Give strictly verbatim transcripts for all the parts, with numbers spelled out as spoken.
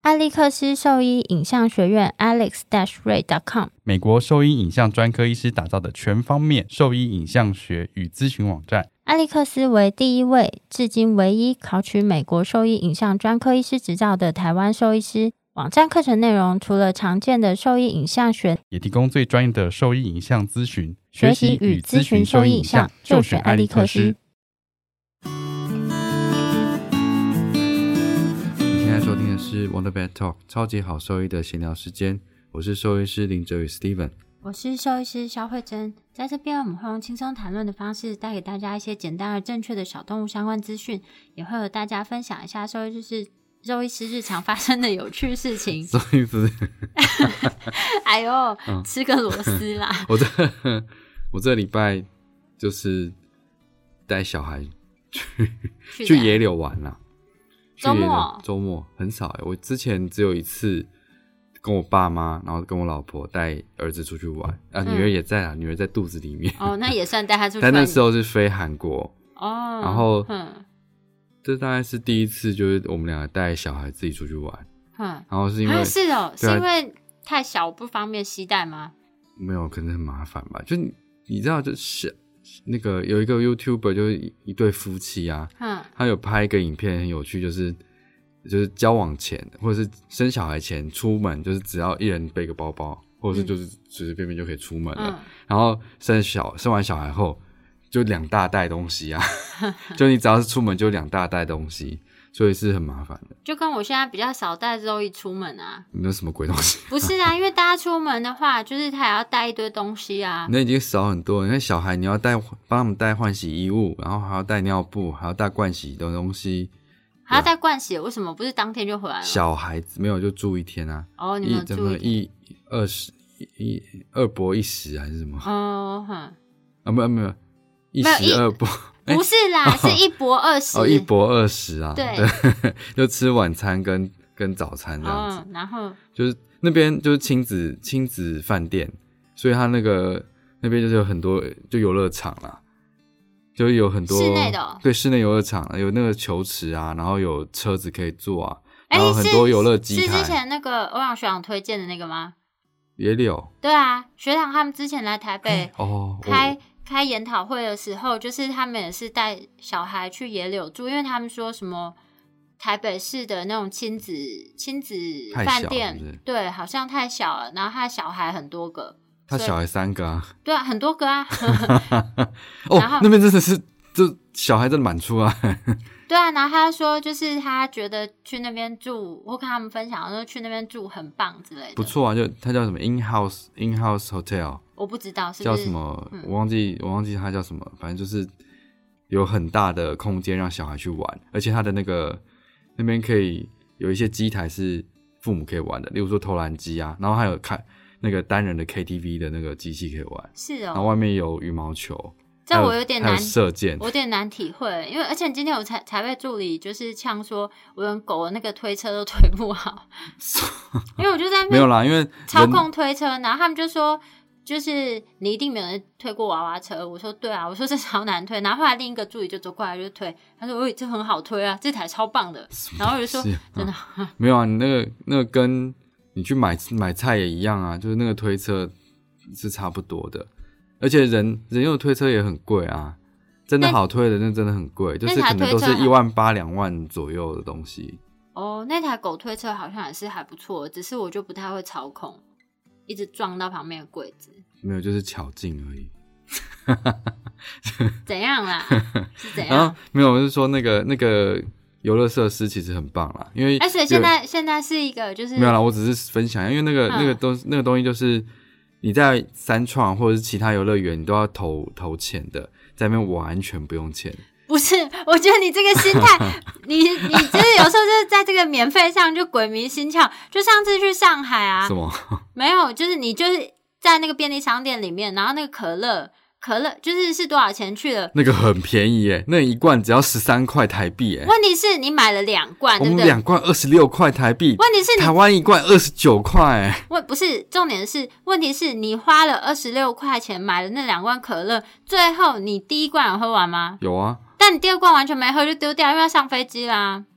艾利克斯兽医影像学院 alex dash ray dot com 美国兽医影像专科医师打造的全方面兽医影像学与咨询网站。 艾利克斯为第一位至今唯一考取美国兽医影像专科医师执照的台湾兽医师。网站课程内容除了常见的兽医影像学， 也提供最专业的兽医影像咨询。 学习与咨询兽医影像就选艾利克斯。 你现在收听的是 Wonder Vet Talk 超级好兽医的闲聊时间，我是兽医师林哲宇 Steven， 我是兽医师肖慧珍。在这边我们会用轻松谈论的方式带给大家一些简单而正确的小动物相关资讯，也会和大家分享一下兽医师兽医师日常发生的有趣事情。 兽医师哎呦、嗯、吃个螺丝啦。 我这我这礼拜就是带小孩去去野柳玩啦。 周末周末很少耶，我之前只有一次跟我爸妈，然后跟我老婆带儿子出去玩啊，女儿也在啊，女儿在肚子里面。 哦，那也算带她出去玩。 但那时候是飞韩国哦， 然后嗯， 这大概是第一次，就是我们两个带小孩自己出去玩。 嗯， 然后是因为、 啊、是哦，是因为太小不方便携带吗？ 没有，可能很麻烦吧。就 你, 你知道，就是那个有一个 YouTuber 就是一对夫妻啊，嗯，他有拍一个影片很有趣，就是就是交往前或者是生小孩前出门，就是只要一人背个包包，或者是就是随随便便就可以出门了。嗯、然后生小生完小孩后，就两大袋东西啊，就你只要是出门就两大袋东西，所以是很麻烦的。 就跟我现在比较少带肉一出门啊。 你那什么鬼东西？ 不是啊，因为大家出门的话，就是他也要带一堆东西啊。 那已经少很多了。那小孩你要带帮他们带换洗衣物，然后还要带尿布，还要带盥洗的东西。 还要带盥洗？为什么不是当天就回来了？ 小孩子没有就住一天啊。 哦，你们有住一天？ 一二十一二博一十还是什么？ 哦，哼， 啊，没有没有，一十二博。 不是啦，是一博二十。 哦，一博二十啊。 对， 对就吃晚餐跟跟早餐这样子。 哦，然后就是那边就是亲子亲子饭店，所以他那个那边就是有很多就游乐场啦。就有很多室内的、哦， 对，室内游乐场有那个球池啊，然后有车子可以坐啊，然后很多游乐机台。 是之前那个欧阳学长推荐的那个吗？ 野柳。 对啊，学长他们之前来台北哦开、哦、开研讨会的时候，就是他们也是带小孩去野柳住，因为他们说什么台北市的那种亲子亲子饭店， 是是对，好像太小了，然后他小孩很多个。 他小孩三个啊， 对啊，很多个啊。 哦，那边真的是，就小孩真的满出来。 对啊，然后他说，就是他觉得去那边住，我跟他们分享说去那边住很棒之类的。 不错啊，就他叫什么 in house in house hotel， 我不知道是不是叫什么，嗯、我忘记我忘记他叫什么，反正就是有很大的空间让小孩去玩，而且他的那个那边可以有一些机台是父母可以玩的，例如说投篮机啊，然后还有看。那个单人的 K T V 的那个机器可以玩， 是哦。 然后外面有羽毛球， 这我有点难射箭， 我有点难体会，因为而且今天我才才被助理就是呛说，我用狗的那个推车都推不好，因为我就在那边没有啦，因为操控推车，然后他们就说，就是你一定没有人推过娃娃车，我说对啊，我说这超难推，然后后来另一个助理就走过来就推，他说喂，这很好推啊，这台超棒的，然后我就说真的、 啊、没有啊，你那个那个跟。你去买买菜也一样啊，就是那个推车是差不多的，而且人人用的推车也很贵啊，真的好推的那真的很贵，就是可能都是一万八两万左右的东西。 哦，那台狗推车好像也是还不错，只是我就不太会操控，一直撞到旁边的柜子。 没有，就是巧劲而已。 怎样啦？是怎样？ 啊、没有，我是说那个那个。游乐设施其实很棒啦，因为而且现在现在是一个就是没有啦，我只是分享，因为那个、嗯、那个东那个东西就是你在三创或者是其他游乐园，你都要投投钱的，在那边完全不用钱。 不是，我觉得你这个心态，你你就是有时候就是在这个免费上就鬼迷心窍。就上次去上海啊， 什么没有，就是你就是在那个便利商店里面，然后那个可乐。可乐就是是多少钱去了？ 那个很便宜耶，那一罐只要十三块台币耶。 问题是你买了两罐， 我们对不对？ 两罐二十六块台币。 问题是你台湾一罐二十九块。 问不是重点是，问题是你花了二十六块钱买了那两罐可乐，最后你第一罐有喝完吗？ 有啊， 但你第二罐完全没喝就丢掉，因为要上飞机啦。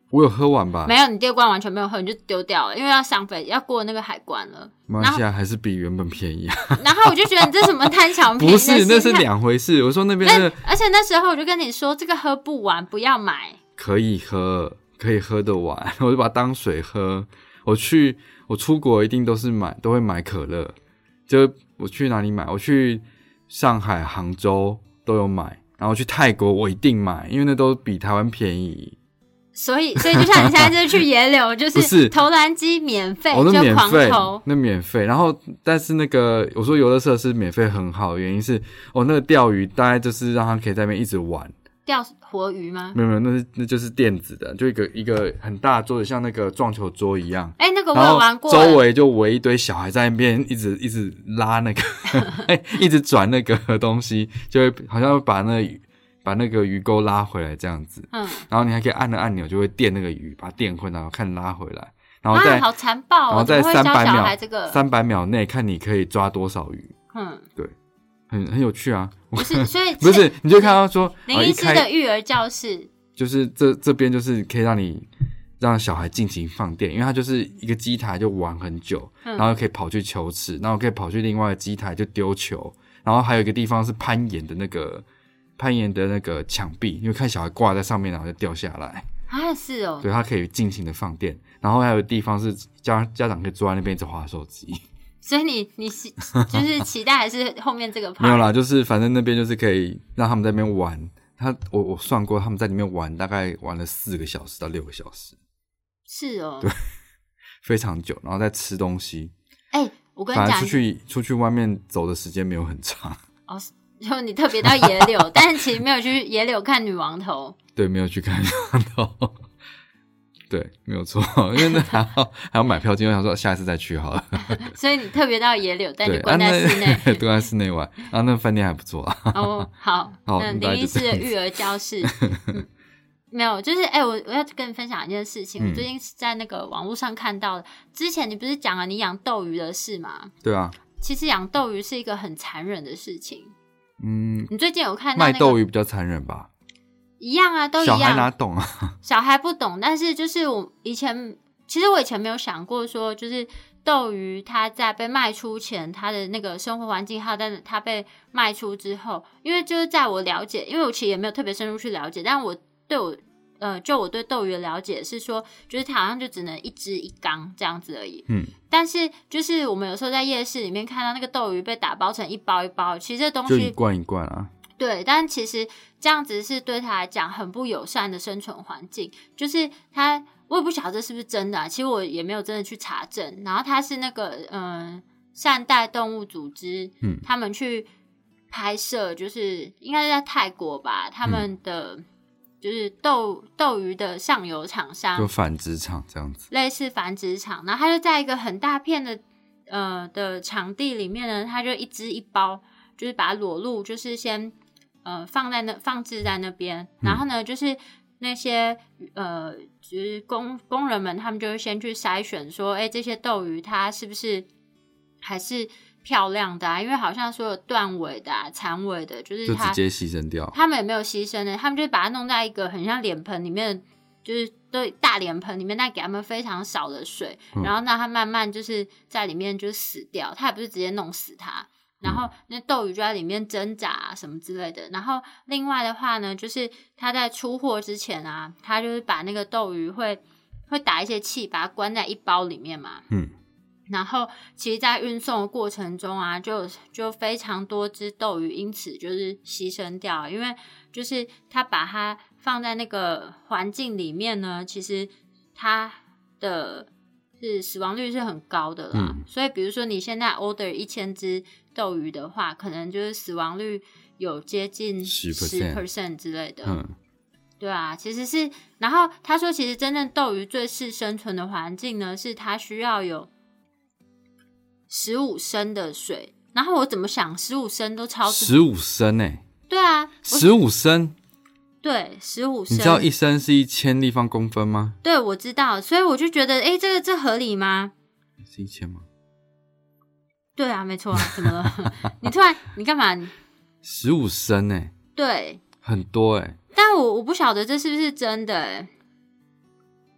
我有喝完吧？ 没有，你第二罐完全没有喝，你就丢掉了，因为要上飞要过那个海关了。 马来西亚还是比原本便宜啊。 然后我就觉得你这什么贪小便宜的心态？ 不是，那是两回事。我说那边那个， 而且那时候我就跟你说，这个喝不完，不要买。 可以喝，可以喝得完，我就把它当水喝。我去，我出国一定都是买，都会买可乐。就我去哪里买？我去上海、杭州都有买，然后去泰国我一定买，因为那都比台湾便宜。 所以，所以就像你现在就是去野柳，就是投篮机免费， 哦，那免费， 那免费。然后，但是那个我说游乐设施免费很好，原因是哦，那个钓鱼大概就是让他可以在那边一直玩。 钓活鱼吗？ 没有没有，那是那就是电子的，就一个一个很大的桌子，像那个撞球桌一样。 哎、欸，那个我有玩过。 周围就围一堆小孩在那边一直一直拉那个，一直转那个东西，就会好像会把那个把那个鱼钩拉回来这样子。嗯。然后你还可以按了按钮，就会电那个鱼，把它电昏，然后看拉回来。然后在、 啊、好残暴、哦， 然后在三百秒这个三百秒内看你可以抓多少鱼。 嗯， 对。很很有趣啊， 不是，所以不是，你就看到说林医师的育儿教室， 就是这这边就是可以让你让小孩尽情放电，因为它就是一个机台就玩很久，嗯、然后可以跑去球池，然后可以跑去另外的机台就丢球，然后还有一个地方是攀岩的那个攀岩的那个墙壁，因为看小孩挂在上面然后就掉下来啊，是哦， 对，它可以尽情的放电，然后还有地方是家家长可以坐在那边一直滑手机。 所以你你就是期待还是后面这个 part？ 没有啦，就是反正那边就是可以让他们在那边玩。他我我算过，他们在里面玩大概玩了四个小时到六个小时。 是哦， 对，非常久，然后再吃东西。 哎、欸，我跟你讲， 反正出去出去外面走的时间没有很长。 哦，就你特别到野柳，但是其实没有去野柳看女王头。 对，没有去看女王头。对，没有错，因为那还要还要买票进，我想说下一次再去好了。 所以你特别到野柳，但你关在室内， 对，关在室内玩。然后那饭店还不错啊。 哦，好， 好， 那林医师的育儿教室，嗯、没有，就是哎、欸，我我要跟你分享一件事情，嗯、我最近在那个网络上看到的。之前你不是讲了你养斗鱼的事吗？ 对啊。 其实养斗鱼是一个很残忍的事情。 嗯。 你最近有看到、那个、 卖斗鱼比较残忍吧？ 一样啊，都一样。 小孩哪懂啊？ 小孩不懂，但是就是我以前，其实我以前没有想过说，就是斗鱼它在被卖出前，它的那个生活环境，还有但它被卖出之后，因为就是在我了解，因为我其实也没有特别深入去了解，但我对我呃，就我对斗鱼的了解是说，就是它好像就只能一只一缸这样子而已。嗯。但是就是我们有时候在夜市里面看到那个斗鱼被打包成一包一包，其实这东西就一罐一罐啊。 对，但其实这样子是对他来讲很不友善的生存环境。就是他，我也不晓得这是不是真的、啊，其实我也没有真的去查证。然后他是那个嗯善待动物组织，嗯，他们去拍摄，就是应该是在泰国吧，他们的、嗯、就是斗斗鱼的上游厂商， 就繁殖场这样子， 类似繁殖场。然后他就在一个很大片的呃的场地里面呢，他就一只一包，就是把它裸露，就是先。呃，放在那放置在那边，然后呢，嗯、就是那些呃，就是工工人们，他们就会先去筛选，说，哎，这些斗鱼它是不是还是漂亮的啊？因为好像所有断尾的、啊、残尾的，就是它就直接牺牲掉。 他们也没有牺牲的，他们就把它弄在一个很像脸盆里面，就是对大脸盆里面，但给他们非常少的水，嗯、然后让它慢慢就是在里面就死掉。他也不是直接弄死它。然后那斗鱼就在里面挣扎啊什么之类的。然后另外的话呢，就是他在出货之前啊，他就是把那个斗鱼会会打一些气，把它关在一包里面嘛。嗯。然后其实在运送的过程中啊，就就非常多只斗鱼因此就是牺牲掉，因为就是他把它放在那个环境里面呢，其实它的是死亡率是很高的啦。嗯、所以比如说你现在 order 一千只斗鱼的话，可能就是死亡率有接近 百分之十 之类的。嗯，对啊，其实是，然后他说其实真正斗鱼最适生存的环境呢，是它需要有十五升的水。然后我怎么想十五升都超十五升欸。 对啊， 十五升。 对，十五升。 你知道一升是一千立方公分吗？ 对，我知道，所以我就觉得，哎，这个这合理吗？ 是一千吗？ 对啊，没错啊，怎么了？你突然你干嘛？ 十五升欸。 对， 很多欸。 但我我不晓得这是不是真的欸。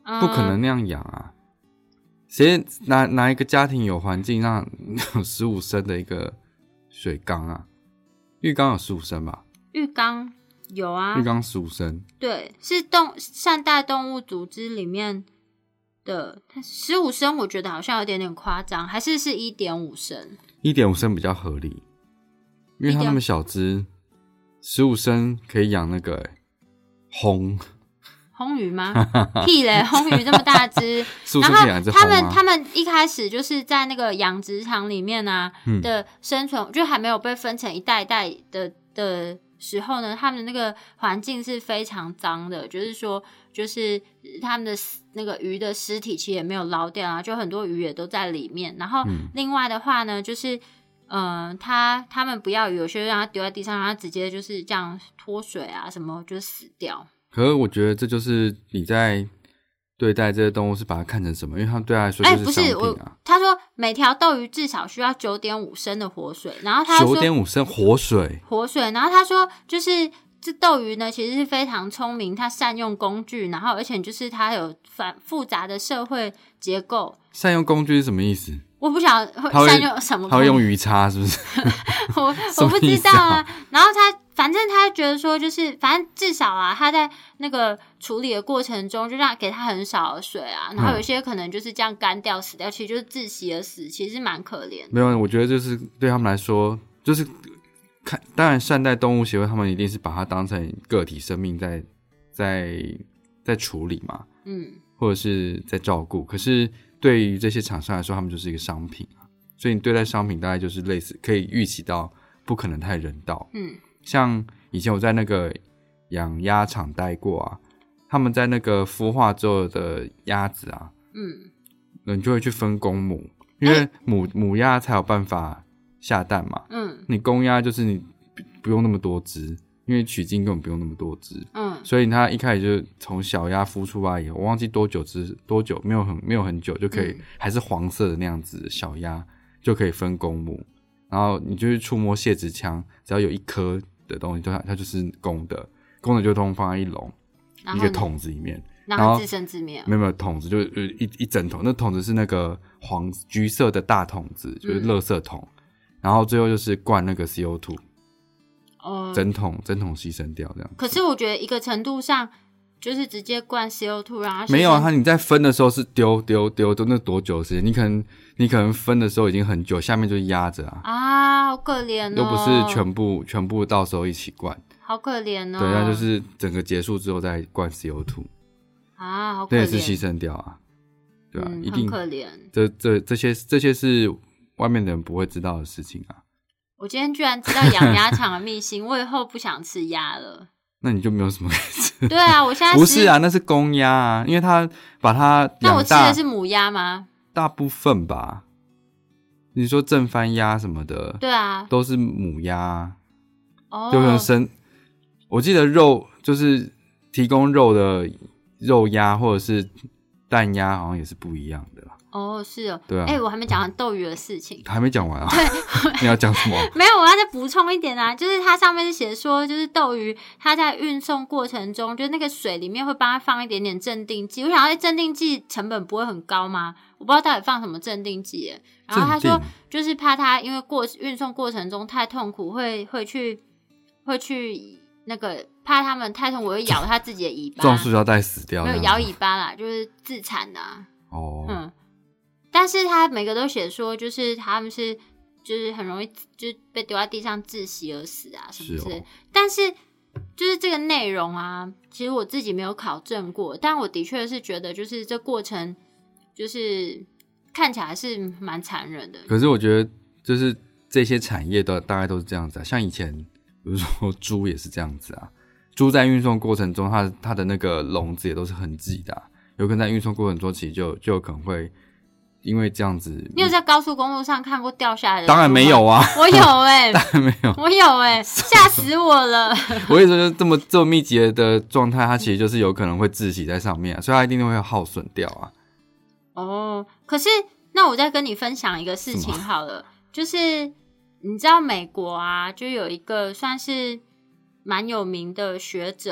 不可能那样养啊。谁哪哪一个家庭有环境让有十五升的一个水缸啊？浴缸有十五升吧？ 浴缸有啊， 浴缸十五升， 对，是动善待动物组织里面的十五升，我觉得好像有点点夸张，还是是一点五升？ 一点五升比较合理，因为它那么小只，十五升可以养那个欸烘。 红鱼吗？屁嘞！红鱼这么大只，然后他们他们一开始就是在那个养殖场里面啊、嗯、的生存，就还没有被分成一代一代的的时候呢，他们的那个环境是非常脏的，就是说，就是他们的那个鱼的尸体其实也没有捞掉啊，就很多鱼也都在里面。然后另外的话呢，就是嗯、呃，他他们不要鱼，有些让它丢在地上，让它直接就是这样脱水啊什么，就死掉。 可是我觉得这就是你在对待这些动物是把它看成什么？因为他们对他来说就是商品啊。欸、不是我， 他说每条斗鱼至少需要九点五升的活水，然后他说九点五升活水， 活水，然后他说就是这斗鱼呢其实是非常聪明，它善用工具，然后而且就是它有反复杂的社会结构。 善用工具是什么意思？ 我不晓得善用什么工具， 他会用鱼叉是不是？ 我我不知道啊。然后他反正他觉得说，就是反正至少啊，他在那个处理的过程中，就让给他很少的水啊，然后有些可能就是这样干掉死掉，其实就是窒息而死，其实蛮可怜的。 没有，我觉得就是对他们来说，就是看，当然善待动物协会他们一定是把它当成个体生命在在在处理嘛，嗯，或者是在照顾，可是。对于这些厂商来说，他们就是一个商品，所以你对待商品大概就是类似，可以预期到不可能太人道。嗯，像以前我在那个养鸭场待过啊，他们在那个孵化之后的鸭子啊，嗯，你就会去分公母，因为母、欸、母鸭才有办法下蛋嘛。嗯，你公鸭就是你不用那么多只。因为取精根本不用那么多只，嗯，所以它一开始就从小鸭孵出来以后，我忘记多久只多久，没有很没有很久就可以，嗯、还是黄色的那样子的小鸭就可以分公母，然后你就去触摸泄殖腔，只要有一颗的东西，它它就是公的，公的就通通放在一笼一个桶子里面， 然后自生自灭。 没有没有桶子就一一整桶，那桶子是那个黄橘色的大桶子，就是垃圾桶，嗯、然后最后就是灌那个 C O 二。哦，整桶整桶牺牲掉这样。 可是我觉得一个程度上，就是直接灌 C O 二 让它牺牲。 没有啊，它你在分的时候是丢丢丢丢，那多久的时间？你可能你可能分的时候已经很久，下面就是压着啊。 啊，好可怜哦！ 又不是全部全部到时候一起灌， 好可怜哦。 对，那就是整个结束之后再灌 C O 二。啊，好可怜。 那也是牺牲掉啊，对吧、啊嗯？一定很可怜。 这这这些这些是外面的人不会知道的事情啊。 我今天居然知道养鸭场的秘辛，我以后不想吃鸭了。 那你就没有什么可以吃。 对啊，我现在不是啊，那是公鸭啊，因为它把它养大。 那我吃的是母鸭吗？ 大部分吧。你说正番鸭什么的， 对啊， 都是母鸭。 哦， 就可能生。我记得肉就是提供肉的肉鸭或者是蛋鸭，好像也是不一样的啦。 哦，是哦， 对啊， 哎、欸，我还没讲完斗鱼的事情， 还没讲完啊？ 对， 你要讲什么？ 没有，我要再补充一点啊，就是它上面是写说，就是斗鱼它在运送过程中，就是那个水里面会帮它放一点点镇定剂。我想要镇定剂成本不会很高吗？我不知道到底放什么镇定剂耶。然后他说，就是怕它因为过运送过程中太痛苦，会会去会去那个怕他们太痛苦会咬他自己的尾巴， 撞塑胶袋死掉， 没有咬尾巴啦，就是自残的、啊。 哦，嗯。 但是他每个都写说，就是他们是就是很容易就是被丢在地上窒息而死啊什么之类、哦。但是就是这个内容啊，其实我自己没有考证过，但我的确是觉得就是这过程就是看起来是蛮残忍的。 可是我觉得就是这些产业都大概都是这样子啊，像以前比如说猪也是这样子啊，猪在运送过程中它它的那个笼子也都是很挤的、啊，有可能在运送过程中其实就就有可能会。因为这样子， 你有在高速公路上看过掉下来的？ 当然没有啊， 我有哎、欸， 当然没有， 我有哎、欸，吓死我了！ 我跟你说，这么这么密集的状态，它其实就是有可能会窒息在上面、啊，所以它一定会耗损掉啊。 哦，可是那我再跟你分享一个事情好了，就是你知道美国啊，就有一个算是蛮有名的学者，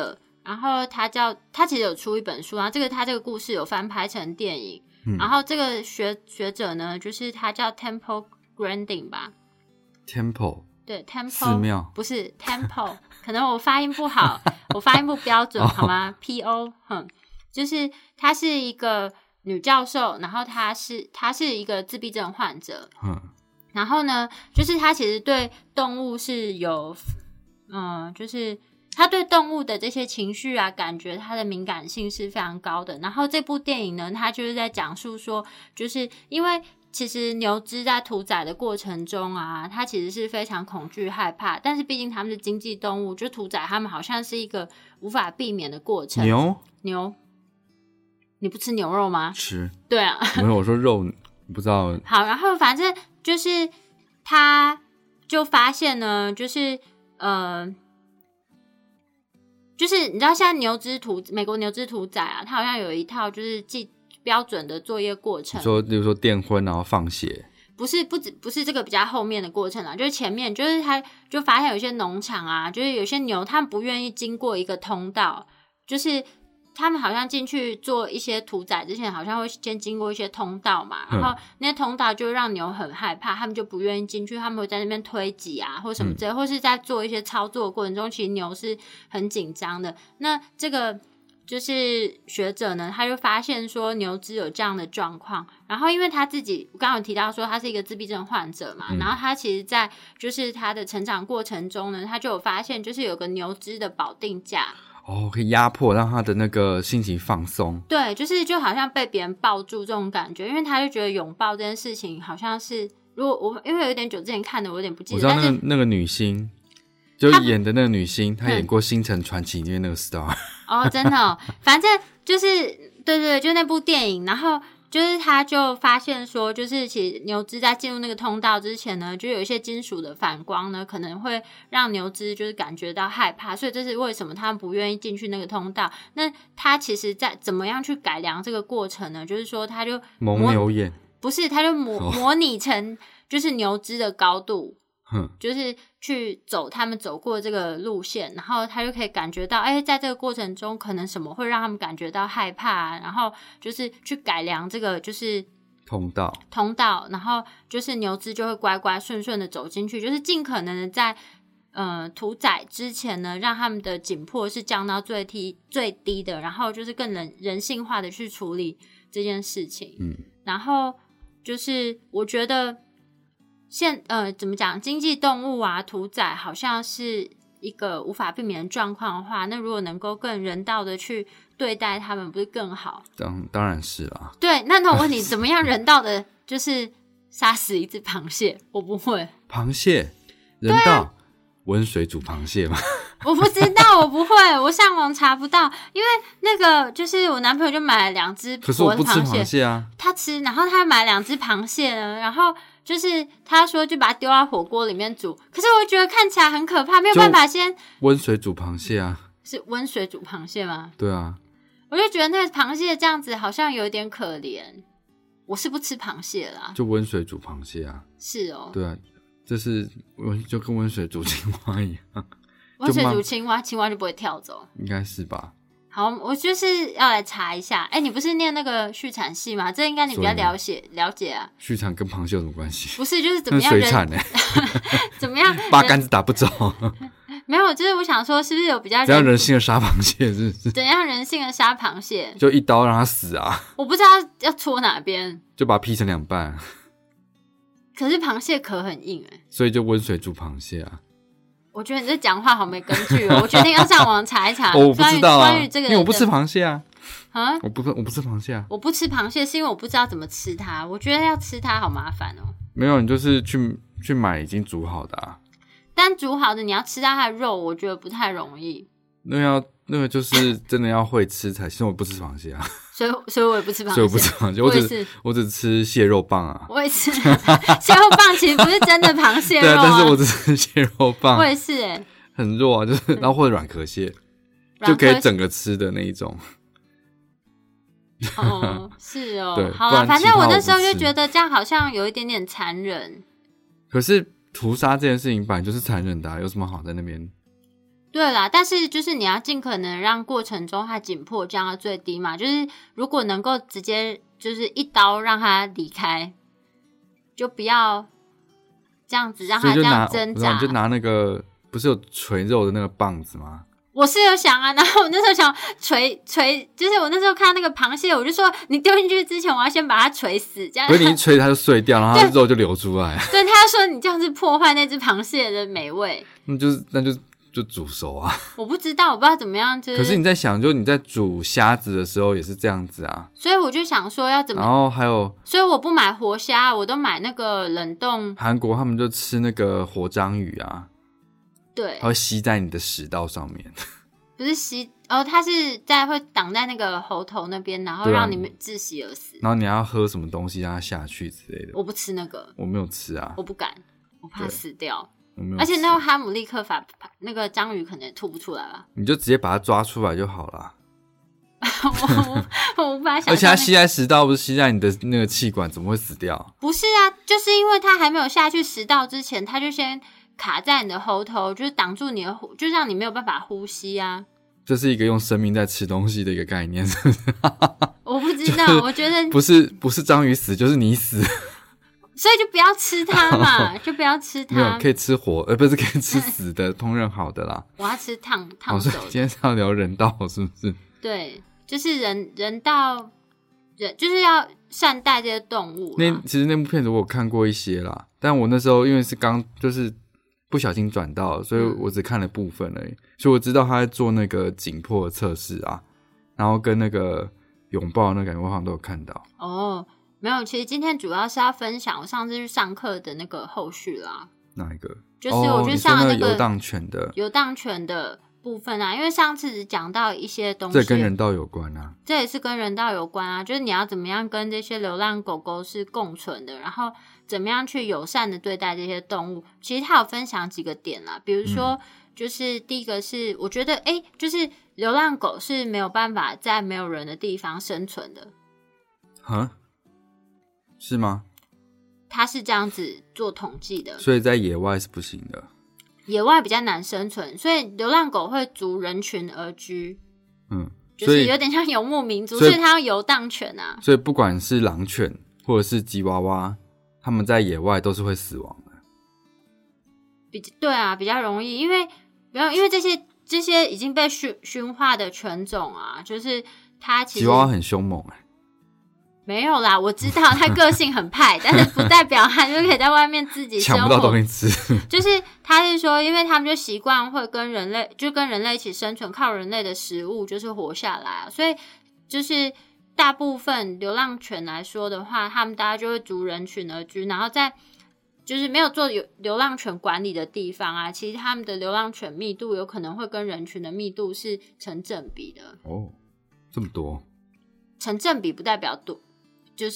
然后他叫他其实有出一本书，然后这个他这个故事有翻拍成电影， 嗯、 然后这个学学者呢，就是他叫 Temple Grandin 吧 ，Temple 对 Temple 寺庙不是 Temple 可能我发音不好，我发音不标准好吗？ P O 哼，就是他是一个女教授，然后他是他是一个自闭症患者， 嗯， 然后呢，就是他其实对动物是有，嗯，就是他对动物的这些情绪啊、感觉，他的敏感性是非常高的。然后这部电影呢，他就是在讲述说，就是因为其实牛只在屠宰的过程中啊，它其实是非常恐惧害怕，但是毕竟它们是经济动物，就屠宰它们好像是一个无法避免的过程。 牛牛，你不吃牛肉吗？ 吃。 对啊， 没有，我说肉不知道。 好，然后反正就是他就发现呢，就是呃。就是你知道现在牛只屠美国牛只屠宰啊，它好像有一套就是既标准的作业过程。 说，比如说电荤然后放血， 不是不止不是这个比较后面的过程啊，就是前面就是他就发现有些农场啊，就是有些牛他们不愿意经过一个通道，就是他们好像进去做一些屠宰之前，好像会先经过一些通道嘛，然后那些通道就让牛很害怕，他们就不愿意进去，他们会在那边推挤啊，或什么之类、嗯，或是在做一些操作的过程中，其实牛是很紧张的。那这个就是学者呢，他就发现说牛只有这样的状况，然后因为他自己刚刚有提到说他是一个自闭症患者嘛、嗯，然后他其实在就是他的成长过程中呢，他就有发现就是有个牛只的保定架。 哦，可以压迫让他的那个心情放松。 对，就是就好像被别人抱住这种感觉，因为他就觉得拥抱这件事情好像是，如果我因为有点久之前看的，我有点不记得。 我知道那个那个女星，就演的那个女星，她演过《星辰传奇》里面那个 star。 哦，真的、哦，反正就是对对对，就那部电影，然后。就是他就发现说，就是其实牛只在进入那个通道之前呢，就有一些金属的反光呢，可能会让牛只就是感觉到害怕，所以这是为什么他们不愿意进去那个通道。那他其实在怎么样去改良这个过程呢？就是说他就蒙牛眼， 不是，他就模、哦、模拟成就是牛只的高度。就是去走他们走过这个路线，然后他就可以感觉到，哎，在这个过程中可能什么会让他们感觉到害怕、啊，然后就是去改良这个就是通道通道，然后就是牛只就会乖乖顺顺的走进去，就是尽可能的在呃屠宰之前呢，让他们的紧迫是降到最低最低的，然后就是更人人性化的去处理这件事情。嗯，然后就是我觉得。现呃怎么讲？经济动物啊，屠宰好像是一个无法避免的状况的话，那如果能够更人道的去对待他们，不是更好？ 当当然是啦。 对，那那我问你，怎么样人道的，就是杀死一只螃蟹？我不会。 螃蟹人道，温、啊、水煮螃蟹吗？ 我不知道，我不会，我上网查不到，因为那个就是我男朋友就买了两只活的螃蟹，可是我不吃螃蟹啊， 他吃，然后他买了两只螃蟹呢，然后。就是他说就把它丢到火锅里面煮，可是我觉得看起来很可怕，没有办法先温水煮螃蟹啊。 是温水煮螃蟹吗？ 对啊， 我就觉得那个螃蟹这样子好像有点可怜。我是不吃螃蟹啦， 就温水煮螃蟹啊。 是哦， 对啊，这是就跟温水煮青蛙一样。 温水煮青蛙，青蛙就不会跳走， 应该是吧？ 好，我就是要来查一下。哎、欸，你不是念那个畜产系吗？这应该你比较了解了解啊。 畜产跟螃蟹有什么关系？ 不是，就是怎么样人？ 水产呢、 欸？怎么样？ 八竿子打不着。 没有，就是我想说，是不是有比较怎样人性的杀螃蟹？是不是？ 怎样人性的杀螃蟹？ 就一刀让它死啊！ 我不知道要戳哪边， 就把它劈成两半。 可是螃蟹壳很硬哎、欸， 所以就温水煮螃蟹啊。我觉得你这讲话好没根据哦！我决定要上网查一查。 我不知道啊， 关于这个， 因为我不吃螃蟹啊。 啊， 我不我不吃螃蟹啊。 我不吃螃蟹是因为我不知道怎么吃它，我觉得要吃它好麻烦哦。 没有，你就是去去买已经煮好的啊。 但煮好的你要吃到它的肉，我觉得不太容易。 那个要那个就是真的要会吃才行。我不吃螃蟹啊。 所以，所以我也不吃螃蟹。 所以我不吃螃蟹，我只我只吃蟹肉棒啊。 我也是，蟹肉棒其实不是真的螃蟹肉、啊。 对，但是我只吃蟹肉棒。 我也是哎、欸。 很弱啊，就是然后或者软壳蟹，就可以整个吃的那一种。 哦，是哦， 对， 好啦，反正我那时候就觉得这样好像有一点点残忍。 可是屠杀这件事情本来就是残忍的、啊，有什么好在那边？ 对啦，但是就是你要尽可能让过程中它紧迫降到最低嘛，就是如果能够直接就是一刀让它离开，就不要这样子让它这样挣扎。 你就拿那个不是有捶肉的那个棒子吗？ 我是有想啊，然后我那时候想捶捶，就是我那时候看那个螃蟹，我就说你丢进去之前，我要先把它捶死，这样。 不是你一捶它就碎掉，然后它肉就流出来。 对，他说你这样是破坏那只螃蟹的美味。 那就是那就就煮熟啊。 我不知道，我不知道怎么样。就是， 可是你在想，就你在煮虾子的时候也是这样子啊。 所以我就想说要怎么， 然后还有， 所以我不买活虾，我都买那个冷冻。 韩国他们就吃那个活章鱼啊， 对， 它会吸在你的食道上面。 不是吸哦，它是在会挡在那个喉头那边，然后让你们窒息而死。 然后你要喝什么东西让它下去之类的。 我不吃那个， 我没有吃啊， 我不敢，我怕死掉。 我没有， 而且那个哈姆立克法那个章鱼可能也吐不出来吧？ 你就直接把它抓出来就好了。 我我无法想象， 而且它吸在食道，不是吸在你的那个气管，怎么会死掉？ 不是啊，就是因为它还没有下去食道之前，它就先卡在你的喉头，就是挡住你的，就让你没有办法呼吸啊。 这是一个用生命在吃东西的一个概念，是不是？ 我不知道，我觉得不是不是章鱼死，就是你死。 所以就不要吃它嘛，就不要吃它。 没有，可以吃活，呃，不是可以吃死的，烹饪好的啦。 我要吃烫烫熟的。 今天是要聊人道，是不是？ 对，就是人人道，人就是要善待这些动物。 那其实那部片子我有看过一些啦，但我那时候因为是刚就是不小心转到，所以我只看了部分而已。嗯、所以我知道他在做那个紧迫的测试啊，然后跟那个拥抱那个感觉，我好像都有看到。 哦。没有，其实今天主要是要分享我上次去上课的那个后续啦。 哪一个？ 就是我去上了那个游荡犬的游荡犬的部分啊，因为上次只讲到一些东西， 这跟人道有关啊， 这也是跟人道有关啊，就是你要怎么样跟这些流浪狗狗是共存的，然后怎么样去友善的对待这些动物。其实他有分享几个点啦，比如说，嗯、就是第一个是我觉得，哎，就是流浪狗是没有办法在没有人的地方生存的。 哈？是吗？ 他是这样子做统计的， 所以在野外是不行的， 野外比较难生存，所以流浪狗会逐人群而居， 嗯， 就是有点像游牧民族，所以它要游荡犬啊。 所以不管是狼犬或者是吉娃娃，他们在野外都是会死亡的。 比对啊，比较容易，因为不要因为这些这些已经被驯驯化的犬种啊，就是它其实吉娃娃很凶猛哎、欸。 没有啦，我知道他个性很派，但是不代表他就可以在外面自己生活。 抢不到东西吃。 就是他是说，因为他们就习惯会跟人类，就跟人类一起生存，靠人类的食物就是活下来啊。所以就是大部分流浪犬来说的话，他们大家就会逐人群而居，然后在就是没有做有流浪犬管理的地方啊，其实他们的流浪犬密度有可能会跟人群的密度是成正比的。 哦，这么多？ 成正比不代表多。就是，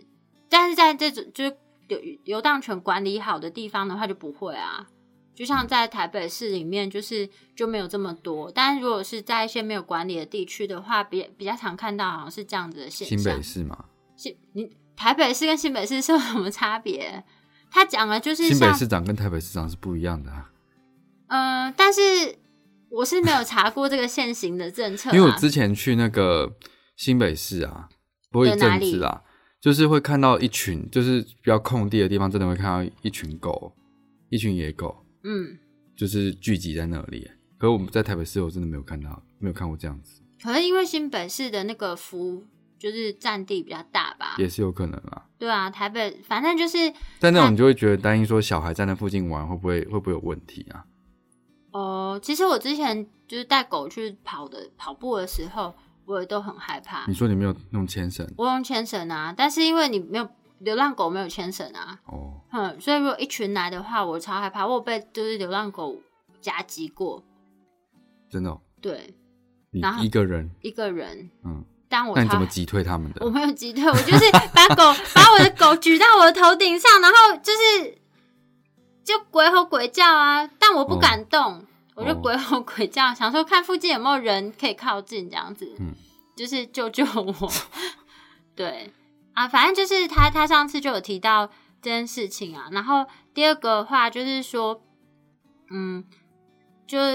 但是在这种就是游游荡犬管理好的地方的话就不会啊，就像在台北市里面，就是就没有这么多。但如果是在一些没有管理的地区的话，比比较常看到好像是这样子的现象。 新北市吗？ 新你台北市跟新北市是有什么差别？他讲的就是新北市长跟台北市长是不一样的啊。 嗯、呃，但是我是没有查过这个现行的政策、啊， 因为我之前去那个新北市啊，不会一阵子啦。就是会看到一群，就是比较空地的地方，真的会看到一群狗，一群野狗， 嗯， 就是聚集在那里。可是我们在台北市，我真的没有看到，没有看过这样子。 可是因为新北市的那个幅就是占地比较大吧， 也是有可能啦。 对啊，台北反正就是， 但那种你就会觉得担心说小孩在那附近玩会不会会不会有问题啊？ 哦，其实我之前就是带狗去跑的跑步的时候。我也都很害怕。 你说你没有用牵绳？ 我用牵绳啊，但是因为你没有流浪狗没有牵绳啊， 哦， 嗯，所以如果一群来的话，我超害怕。我有被就是流浪狗夹击过， 真的、哦？ 对， 你一个人一个人， 嗯， 但我那你怎么击退他们的？ 我没有击退，我就是把狗把我的狗举到我的头顶上，然后就是就鬼吼鬼叫啊，但我不敢动。哦，我就鬼吼鬼叫，哦，想说看附近有没有人可以靠近，这样子，嗯，就是救救我。对啊，反正就是他，他上次就有提到这件事情啊。然后第二个的话就是说，嗯，就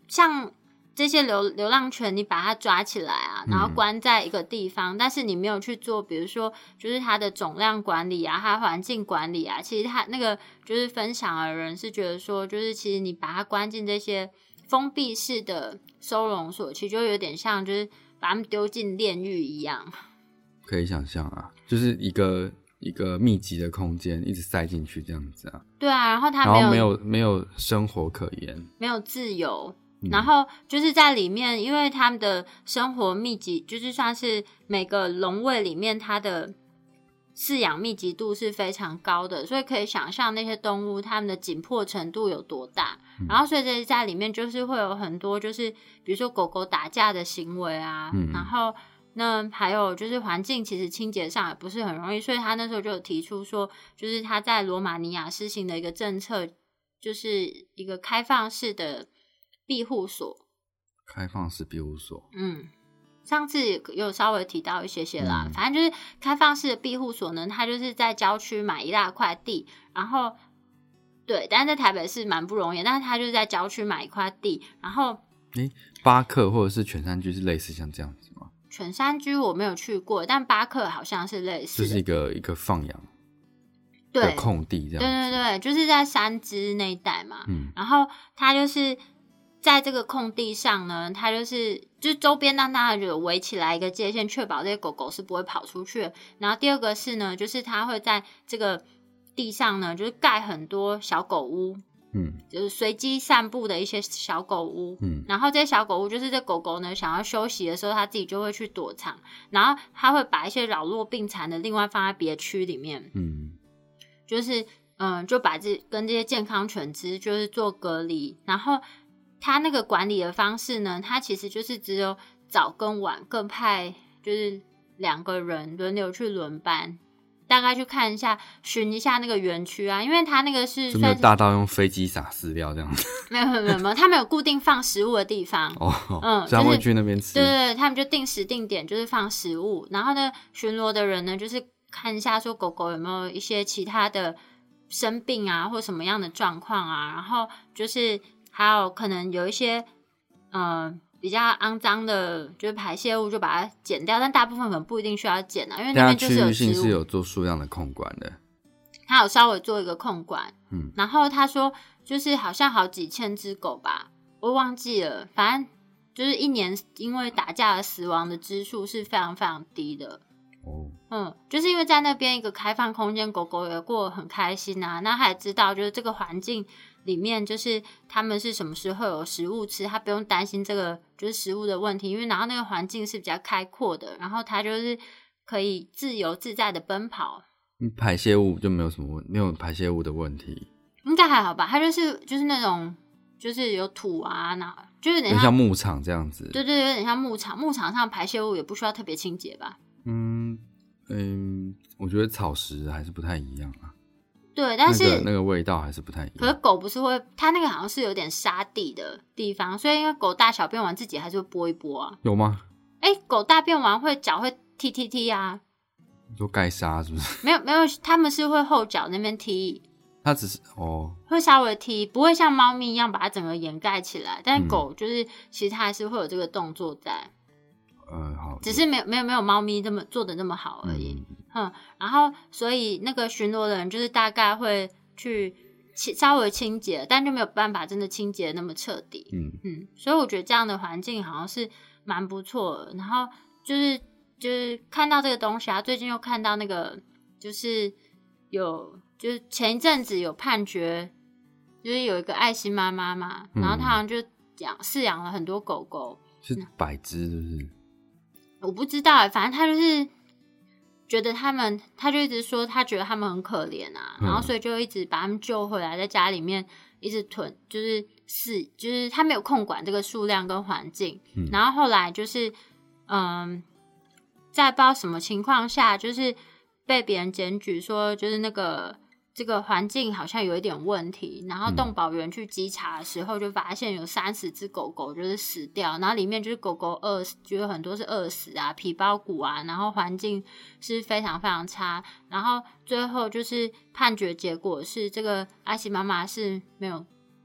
像这些流流浪犬，你把它抓起来啊，然后关在一个地方，嗯、但是你没有去做，比如说就是它的总量管理啊，它环境管理啊，其实它那个就是分享的人是觉得说，就是其实你把它关进这些封闭式的收容所，其实就有点像就是把它们丢进炼狱一样。 可以想象啊，就是一个一个密集的空间，一直塞进去这样子啊。 对啊，然后它没有然后没有没有生活可言， 没有自由。嗯、然后就是在里面，因为他们的生活密集，就是算是每个笼位里面它的饲养密集度是非常高的，所以可以想象那些动物它们的紧迫程度有多大。嗯、然后所以在里面就是会有很多就是比如说狗狗打架的行为啊，嗯、然后那还有就是环境其实清洁上也不是很容易，所以他那时候就有提出说，就是他在罗马尼亚施行的一个政策，就是一个开放式的庇护所。 开放式庇护所， 嗯，上次有稍微提到一些些啦，嗯、反正就是开放式的庇护所呢，它就是在郊区买一大块地，然后对，但是在台北市蛮不容易，但是他就是在郊区买一块地，然后诶，巴克或者是犬山居是类似像这样子吗？ 犬山居我没有去过，但巴克好像是类似的， 就是一个一个放养的空地这样子。 对对对，就是在三芝那一带嘛。嗯，然后它就是在这个空地上呢，它就是就周边让大家就围起来一个界限，确保这些狗狗是不会跑出去的。然后第二个是呢，就是它会在这个地上呢，就是盖很多小狗屋。嗯，就是随机散布的一些小狗屋，嗯，然后这些小狗屋就是这狗狗呢想要休息的时候，它自己就会去躲藏，然后它会把一些老弱病残的另外放在别区里面，嗯，就是嗯，就把这跟这些健康犬只就是做隔离，然后它那个管理的方式呢，它其实就是只有早跟晚各派就是两个人轮流去轮班。大概去看一下，巡一下那个园区啊，因为它那个是就没有大到用飞机撒饲料这样子， 没有没有没有没有，他们有固定放食物的地方哦，嗯，所以他们会去那边吃， 对对对，他们就定时定点就是放食物，然后呢，巡逻的人呢就是看一下说狗狗有没有一些其他的生病啊，或什么样的状况啊，然后就是还有可能有一些呃。比较肮脏的，就是排泄物就把它剪掉，但大部分可能不一定需要剪啊，因为那边就是有区域性是有做数量的控管的， 他有稍微做一个控管，嗯，然后他说就是好像好几千只狗吧，我忘记了，反正就是一年因为打架而死亡的只数是非常非常低的。哦，嗯，就是因为在那边一个开放空间，狗狗也过得很开心啊。那他也知道，就是这个环境里面，就是他们是什么时候有食物吃，他不用担心这个就是食物的问题，因为然后那个环境是比较开阔的，然后他就是可以自由自在的奔跑。 排泄物就没有什么问，没有排泄物的问题， 应该还好吧？它就是就是那种就是有土啊，那就是有点像像牧场这样子。 对对，有点像牧场，牧场上排泄物也不需要特别清洁吧？ 嗯嗯，我觉得草食还是不太一样啊。 对，但是、 那个、那个味道还是不太一样。 可是狗不是会，它那个好像是有点沙地的地方，所以因为狗大小便完自己还是会拨一拨啊。 有吗？ 哎、欸，狗大便完会脚会踢踢踢啊。 你说盖沙是不是？ 没有没有，他们是会后脚那边踢。 它只是哦， 会稍微踢，不会像猫咪一样把它整个掩盖起来。但是狗就是、嗯、其实它还是会有这个动作在。 呃，好， 只是没有没有没有猫咪这么做的那么好而已。嗯，嗯然后所以那个巡逻的人就是大概会去稍微清洁，但就没有办法真的清洁那么彻底。嗯嗯，所以我觉得这样的环境好像是蛮不错的。然后就是就是看到这个东西啊，最近又看到那个就是有就是前一阵子有判决，就是有一个爱心妈妈嘛，嗯、然后她好像就养饲养了很多狗狗， 是百只，是不是？ 我不知道，反正他就是觉得他们，他就一直说他觉得他们很可怜啊，嗯、然后所以就一直把他们救回来，在家里面一直囤，就是是就是他没有控管这个数量跟环境，嗯、然后后来就是嗯，在不知道什么情况下，就是被别人检举说，就是那个。这个环境好像有一点问题，然后动保员去稽查的时候就发现有三十只狗狗就是死掉，然后里面就是狗狗饿死，就有很多是饿死啊、皮包骨啊，然后环境是非常非常差，然后最后就是判决结果是这个阿喜妈妈是没有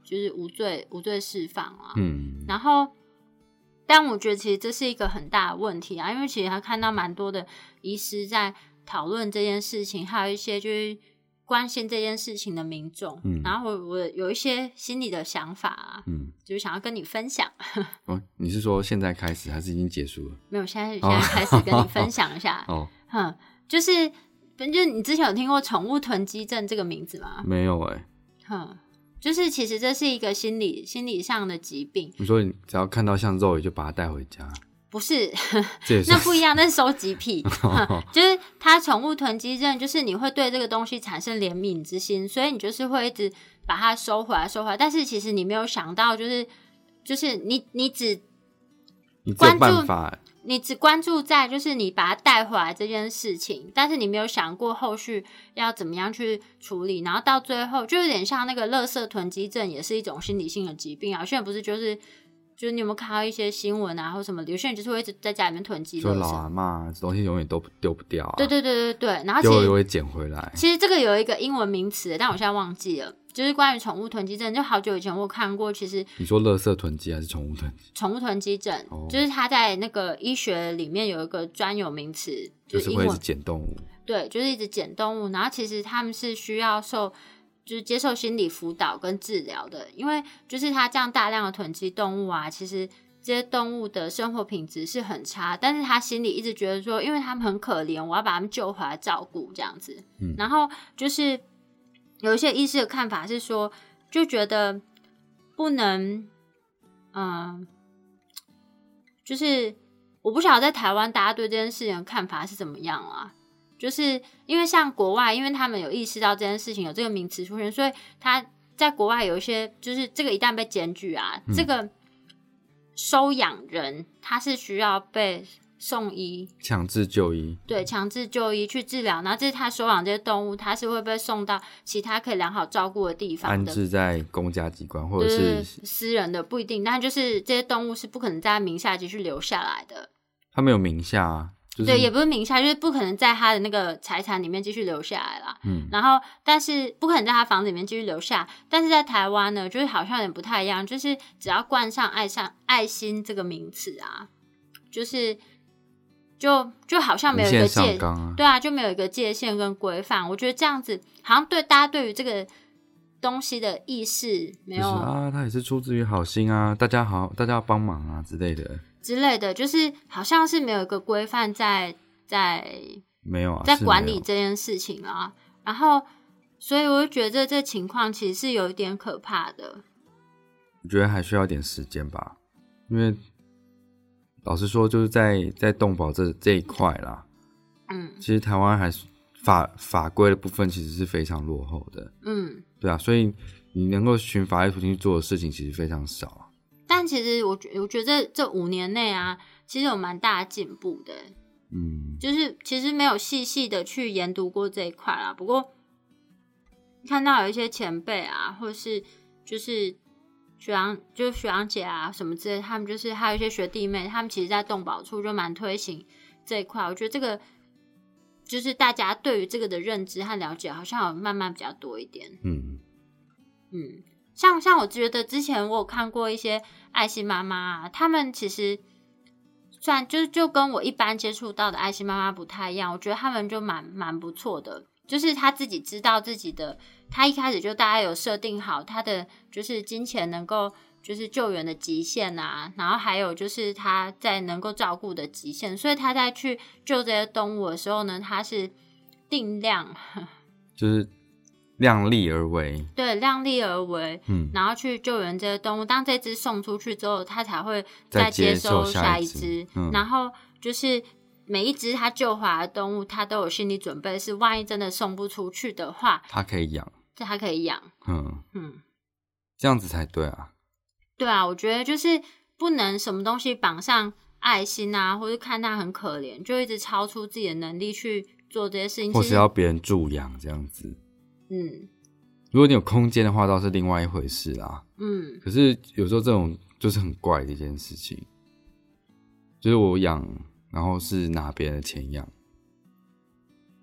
就是无罪无罪释放啊。 嗯， 然后但我觉得其实这是一个很大的问题啊，因为其实他看到蛮多的医师在讨论这件事情，还有一些就是关心这件事情的民众，嗯，然后我我有一些心里的想法啊，嗯，就是想要跟你分享。 哦，你是说现在开始还是已经结束了？ 没有，现在现在开始跟你分享一下。哦，哼，就是就是你之前有听过宠物囤积症这个名字吗？ 没有哎、欸。 哼，就是其实这是一个心理心理上的疾病。 你说你只要看到像肉，你就把它带回家？ 不是，那不一样，那是收集癖。就是它宠物囤积症，就是你会对这个东西产生怜悯之心，所以你就是会一直把它收回来收回来，但是其实你没有想到，就是就是你你只你只有办法， 你只关注在就是你把它带回来这件事情，但是你没有想过后续要怎么样去处理，然后到最后就有点像那个垃圾囤积症，也是一种心理性的疾病啊。有些人不是就是就是你有没有看到一些新闻啊或什么，有些人就是会一直在家里面囤积垃圾， 就老阿嬷东西永远都丢不掉啊。 对对对对对，然后其实丢了又会捡回来。 其实这个有一个英文名词，但我现在忘记了，就是关于宠物囤积症，就好久以前我有看过。其实你说垃圾囤积还是宠物囤积？ 宠物囤积症、哦、就是它在那个医学里面有一个专有名词， 就是会一直捡动物。 对，就是一直捡动物，然后其实他们是需要受就是接受心理辅导跟治疗的，因为就是它这样大量的囤积动物啊，其实这些动物的生活品质是很差，但是他心里一直觉得说，因为他们很可怜，我要把他们救回来照顾这样子、嗯、然后就是有一些医师的看法是说，就觉得不能嗯、呃，就是我不晓得在台湾大家对这件事情的看法是怎么样啊，就是因为像国外，因为他们有意识到这件事情有这个名词出现，所以他在国外有一些就是这个一旦被检举啊、嗯、这个收养人他是需要被送医， 强制就医， 对，强制就医去治疗，然后这是他收养这些动物，他是会被送到其他可以良好照顾的地方的， 安置在公家机关或者是私人的不一定，但就是这些动物是不可能在他名下继续留下来的。 他没有名下啊，就是、 对，也不是名下，就是不可能在他的那个财产里面继续留下来啦。嗯，然后但是不可能在他房子里面继续留下，但是在台湾呢，就是好像有点不太一样，就是只要冠上爱上爱心这个名词啊，就是就就好像没有一个界、啊、对啊，就没有一个界限跟规范。我觉得这样子好像对大家对于这个东西的意识没有、 就是、啊，他也是出自于好心啊，大家好，大家要帮忙啊之类的。之类的，就是好像是没有一个规范在在没有啊， 在管理这件事情啊。然后，所以我就觉得这情况其实是有一点可怕的。 我觉得还需要一点时间吧，因为老实说，就是在在动保这这一块啦，嗯，其实台湾还是法法规的部分其实是非常落后的，嗯，对啊，所以你能够循法律途径去做的事情其实非常少啊。 但其实我觉我觉得这这五年内啊，其实有蛮大的进步的，嗯，就是其实没有细细的去研读过这一块啦。不过看到有一些前辈啊，或是就是学长，就是学长姐啊什么之类的，他们就是还有一些学弟妹，他们其实在动保处就蛮推行这一块。我觉得这个就是大家对于这个的认知和了解，好像有慢慢比较多一点，嗯嗯。像像我觉得之前我有看过一些爱心妈妈啊，他们其实虽然就就跟我一般接触到的爱心妈妈不太一样，我觉得他们就蛮蛮不错的，就是他自己知道自己的，他一开始就大概有设定好他的就是金钱能够就是救援的极限啊，然后还有就是他在能够照顾的极限，所以他在去救这些动物的时候呢，他是定量， 就是量力而为， 对，量力而为，嗯，然后去救援这些动物。当这只送出去之后，它才会再接收下一只。嗯，然后就是每一只它救回来的动物，它都有心理准备，是万一真的送不出去的话， 它可以养， 这它可以养。嗯嗯， 这样子才对啊。 对啊，我觉得就是不能什么东西绑上爱心啊，或者看它很可怜，就一直超出自己的能力去做这些事情， 或是要别人助养这样子。 嗯， 如果你有空间的话，倒是另外一回事啦。嗯，可是有时候这种就是很怪的一件事情，就是我养，然后是拿别人的钱养。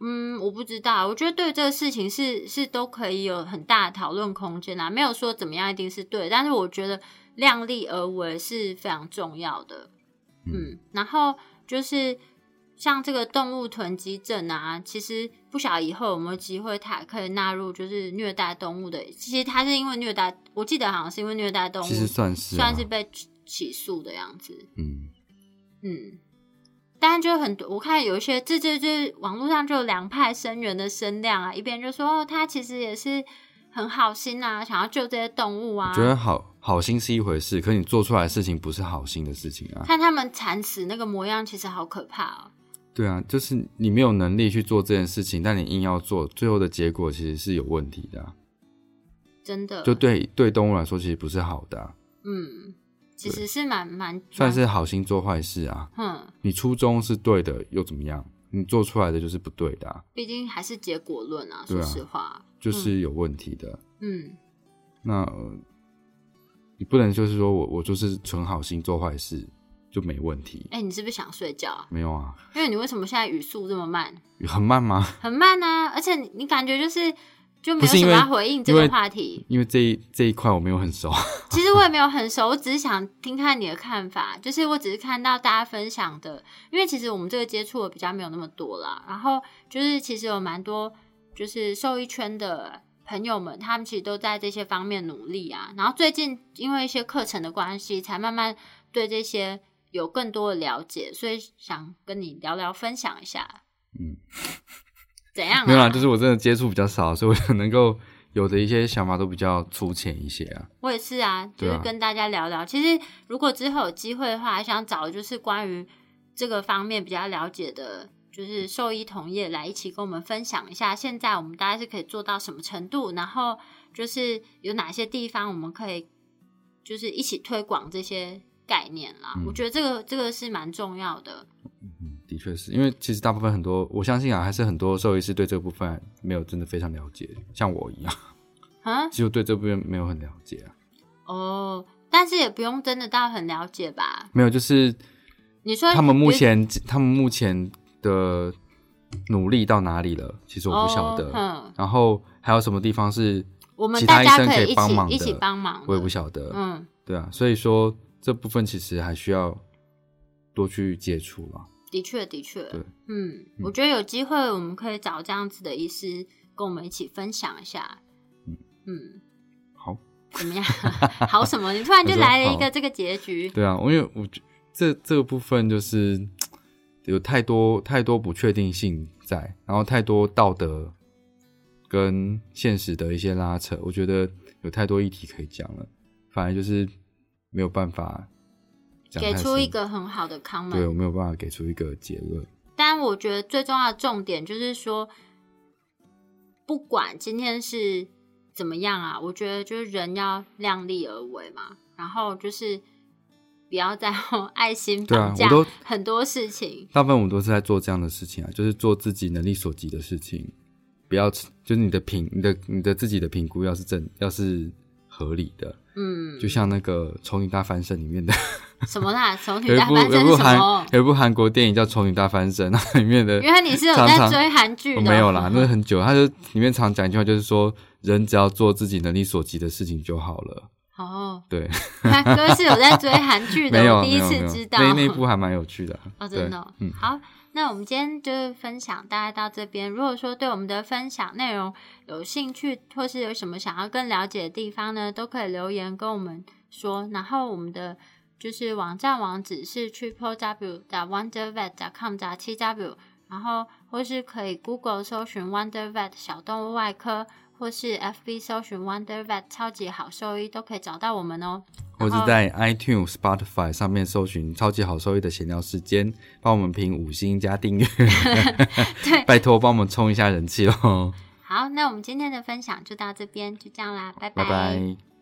嗯，我不知道，我觉得对这个事情是是都可以有很大的讨论空间啊，没有说怎么样一定是对，但是我觉得量力而为是非常重要的。嗯，嗯然后就是像这个动物囤积症啊，其实不晓得以后有没有机会它可以纳入就是虐待动物的，其实它是因为虐待，我记得好像是因为虐待动物， 其实算是、啊、 算是被起诉的样子。 嗯嗯。但就很多，我看有一些这这这网络上就有两派声援的声量啊，一边就说哦，他其实也是很好心啊，想要救这些动物啊。 我觉得好好心是一回事，可你做出来的事情不是好心的事情啊。 看他们惨死那个模样，其实好可怕哦。 对啊，就是你没有能力去做这件事情，但你硬要做，最后的结果其实是有问题的、啊。 真的， 就对对动物来说，其实不是好的、啊。 嗯。其实是蛮蛮算是好心做坏事啊。嗯，你初衷是对的又怎么样？你做出来的就是不对的啊。毕竟还是结果论啊，说实话， 就是有问题的。 嗯， 那、呃、你不能就是说我我就是纯好心做坏事就没问题。 哎、欸，你是不是想睡觉啊？ 没有啊。 因为你为什么现在语速这么慢？ 很慢吗？ 很慢啊，而且你感觉就是。就没有什么要回应这个话题， 因为这一这一块我没有很熟。 其实我也没有很熟，我只是想听看你的看法。就是我只是看到大家分享的，因为其实我们这个接触的比较没有那么多啦。然后就是其实有蛮多就是兽医圈的朋友们，他们其实都在这些方面努力啊。然后最近因为一些课程的关系，才慢慢对这些有更多的了解，所以想跟你聊聊分享一下。嗯。怎样啊？ 没有啦，就是我真的接触比较少，所以我能够有的一些想法都比较粗浅一些啊。 我也是啊，就是跟大家聊聊。啊、其实如果之后有机会的话，还想找就是关于这个方面比较了解的，就是兽医同业来一起跟我们分享一下，现在我们大概是可以做到什么程度，然后就是有哪些地方我们可以就是一起推广这些概念啦。嗯、我觉得这个这个是蛮重要的。 的确是因为其实大部分很多我相信啊还是很多兽医师对这个部分没有真的非常了解，像我一样啊，其实我对这部分没有很了解啊。 哦，但是也不用真的到很了解吧。 没有，就是你说他们目前他们目前的努力到哪里了其实我不晓得、哦、然后还有什么地方是其他医生可以帮忙的， 一起帮忙， 我也不晓得。嗯，对啊，所以说这部分其实还需要多去接触啦。 的确的确，嗯，嗯我觉得有机会我们可以找这样子的医师跟我们一起分享一下。嗯嗯， 好， 怎么样？好什么？你突然就来了一个这个结局？ 对啊，因为我这这个部分就是有太多太多不确定性在，然后太多道德跟现实的一些拉扯，我觉得有太多议题可以讲了，反而就是没有办法给出一个很好的 comment。 对，我没有办法给出一个结论。 但我觉得最重要的重点就是说，不管今天是怎么样啊，我觉得就是人要量力而为嘛，然后就是不要再用爱心绑架很多事情。 大部分我们都是在做这样的事情啊，就是做自己能力所及的事情，不要就是你的评你的你的自己的评估要是正要是合理的。嗯，就像那个《丑女大翻身》里面的什么啦？丑女大翻身是什么？ 有一部韩国电影叫《丑女大翻身》，那里面的原来你是有在追韩剧的、哦？ 没有啦，那是很久。他就里面常讲一句话，就是说人只要做自己能力所及的事情就好了。哦，对， 哥是有在追韩剧的， 没有我第一次知道。 那那一部还蛮有趣的、啊、 哦，真的、哦。嗯，好。那我们今天就是分享大概到这边，如果说对我们的分享内容有兴趣，或是有什么想要更了解的地方呢，都可以留言跟我们说。然后我们的就是网站网址是 triple w 点 wonder vet 点 com 点 t w， 然后或是可以 Google 搜寻 Wonder Vet 小动物外科，或是 F B 搜寻 Wonder Vet 超级好兽医，都可以找到我们哦。 或是在 iTunes、Spotify 上面搜寻超级好兽医的闲聊时间，帮我们评五星加订阅对，拜托帮我们冲一下人气咯。 好，那我们今天的分享就到这边，就这样啦，拜拜。 拜拜。